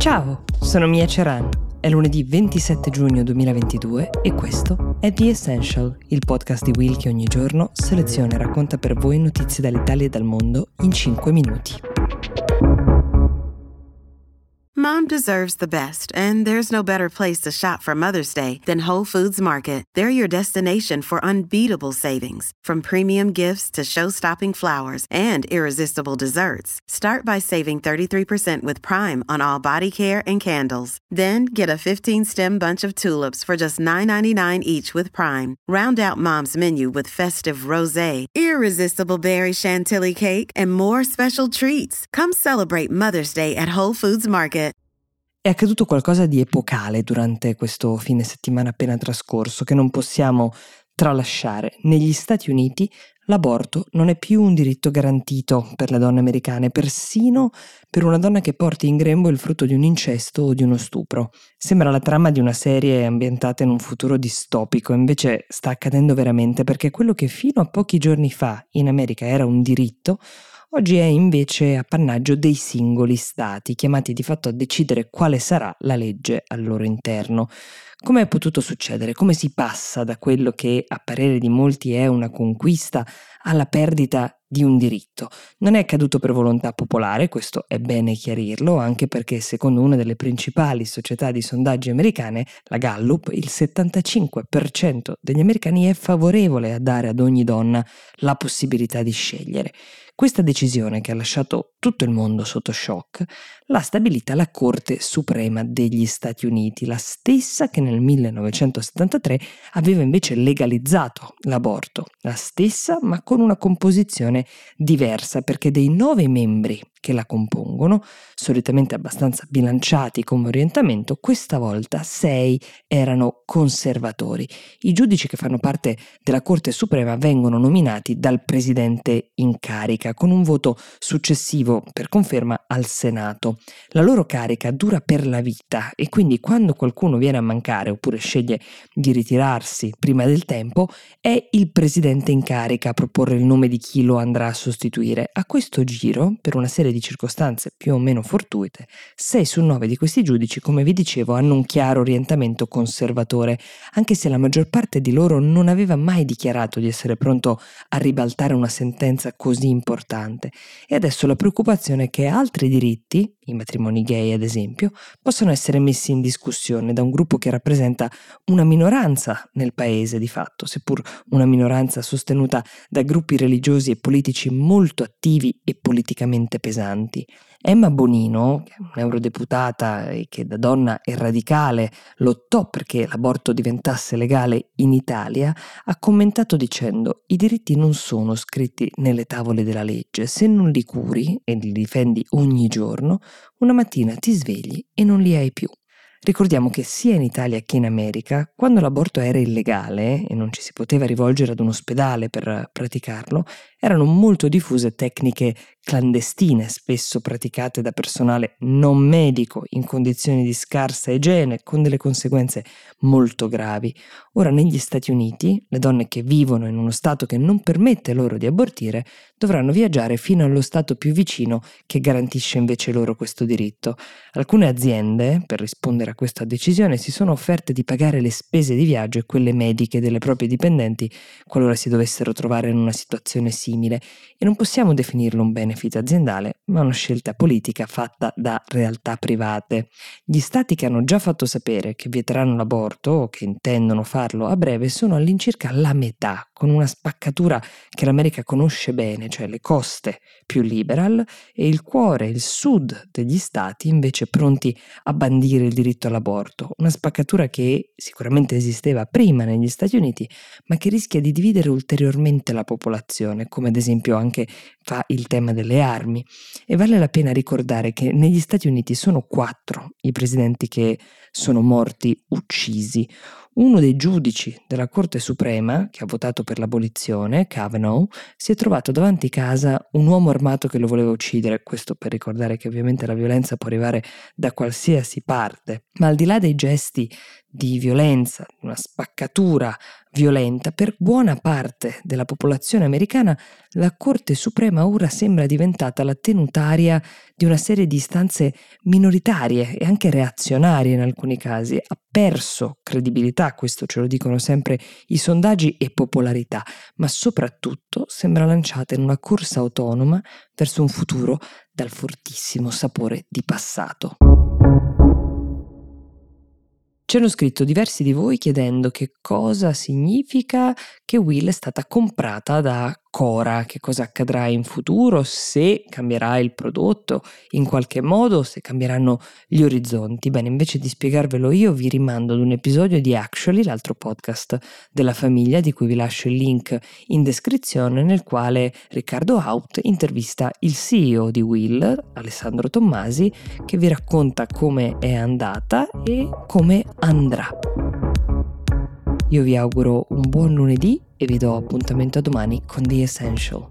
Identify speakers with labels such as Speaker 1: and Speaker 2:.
Speaker 1: Ciao, sono Mia Ceran. È lunedì 27 giugno 2022 e questo è The Essential, il podcast di Will che ogni giorno seleziona e racconta per voi notizie dall'Italia e dal mondo in 5 minuti.
Speaker 2: Mom deserves the best, and there's no better place to shop for Mother's Day than Whole Foods Market. They're your destination for unbeatable savings, from premium gifts to show-stopping flowers and irresistible desserts. Start by saving 33% with Prime on all body care and candles. Then get a 15-stem bunch of tulips for just $9.99 each with Prime. Round out Mom's menu with festive rosé, irresistible berry chantilly cake, and more special treats. Come celebrate Mother's Day at Whole Foods Market.
Speaker 1: È accaduto qualcosa di epocale durante questo fine settimana appena trascorso che non possiamo tralasciare. Negli Stati Uniti l'aborto non è più un diritto garantito per le donne americane, persino per una donna che porti in grembo il frutto di un incesto o di uno stupro. Sembra la trama di una serie ambientata in un futuro distopico, invece sta accadendo veramente, perché quello che fino a pochi giorni fa in America era un diritto, oggi è invece appannaggio dei singoli stati, chiamati di fatto a decidere quale sarà la legge al loro interno. Come è potuto succedere? Come si passa da quello che a parere di molti è una conquista alla perdita di un diritto? Non è accaduto per volontà popolare, questo è bene chiarirlo, anche perché secondo una delle principali società di sondaggi americane, la Gallup, il 75% degli americani è favorevole a dare ad ogni donna la possibilità di scegliere. Questa decisione, che ha lasciato tutto il mondo sotto shock, l'ha stabilita la Corte Suprema degli Stati Uniti, la stessa che nel 1973 aveva invece legalizzato l'aborto, la stessa ma con una composizione diversa, perché dei 9 membri che la compongono, solitamente abbastanza bilanciati come orientamento, questa volta 6 erano conservatori. I giudici che fanno parte della Corte Suprema vengono nominati dal presidente in carica, con un voto successivo per conferma al Senato. La loro carica dura per la vita e quindi quando qualcuno viene a mancare oppure sceglie di ritirarsi prima del tempo, è il presidente in carica a proporre il nome di chi lo andrà a sostituire. A questo giro, per una serie di circostanze più o meno fortuite, 6 su 9 di questi giudici, come vi dicevo, hanno un chiaro orientamento conservatore, anche se la maggior parte di loro non aveva mai dichiarato di essere pronto a ribaltare una sentenza così importante. E adesso la preoccupazione è che altri diritti, i matrimoni gay ad esempio, possano essere messi in discussione da un gruppo che rappresenta una minoranza nel paese di fatto, seppur una minoranza sostenuta da gruppi religiosi e politici molto attivi e politicamente pesanti. Emma Bonino, che è un'eurodeputata e che da donna e radicale lottò perché l'aborto diventasse legale in Italia, ha commentato dicendo: «I diritti non sono scritti nelle tavole della legge, se non li curi e li difendi ogni giorno, una mattina ti svegli e non li hai più». Ricordiamo che sia in Italia che in America, quando l'aborto era illegale e non ci si poteva rivolgere ad un ospedale per praticarlo, erano molto diffuse tecniche clandestine, spesso praticate da personale non medico in condizioni di scarsa igiene, con delle conseguenze molto gravi. Ora negli Stati Uniti, le donne che vivono in uno stato che non permette loro di abortire dovranno viaggiare fino allo stato più vicino che garantisce invece loro questo diritto. Alcune aziende, per rispondere a questa decisione, si sono offerte di pagare le spese di viaggio e quelle mediche delle proprie dipendenti qualora si dovessero trovare in una situazione simile, e non possiamo definirlo un benefit aziendale, ma una scelta politica fatta da realtà private. Gli stati che hanno già fatto sapere che vieteranno l'aborto o che intendono farlo a breve sono all'incirca la metà, con una spaccatura che l'America conosce bene, cioè le coste più liberal e il cuore, il sud degli stati invece pronti a bandire il diritto all'aborto, una spaccatura che sicuramente esisteva prima negli Stati Uniti, ma che rischia di dividere ulteriormente la popolazione, come ad esempio anche fa il tema delle armi. E vale la pena ricordare che negli Stati Uniti sono 4 i presidenti che sono morti uccisi. Uno dei giudici della Corte Suprema, che ha votato per l'abolizione, Kavanaugh, si è trovato davanti casa un uomo armato che lo voleva uccidere, questo per ricordare che ovviamente la violenza può arrivare da qualsiasi parte. Ma al di là dei gesti di violenza, una spaccatura violenta per buona parte della popolazione americana, la Corte Suprema ora sembra diventata la tenutaria di una serie di istanze minoritarie e anche reazionarie in alcuni casi. Ha perso credibilità, questo ce lo dicono sempre i sondaggi, e popolarità, ma soprattutto sembra lanciata in una corsa autonoma verso un futuro dal fortissimo sapore di passato. Ci hanno scritto diversi di voi chiedendo che cosa significa che Will è stata comprata da Quora, che cosa accadrà in futuro, se cambierà il prodotto in qualche modo, se cambieranno gli orizzonti. Bene, invece di spiegarvelo io, vi rimando ad un episodio di Actually, l'altro podcast della famiglia, di cui vi lascio il link in descrizione, nel quale Riccardo Haupt intervista il CEO di Will, Alessandro Tommasi, che vi racconta come è andata e come andrà. Io vi auguro un buon lunedì e vi do appuntamento a domani con The Essential.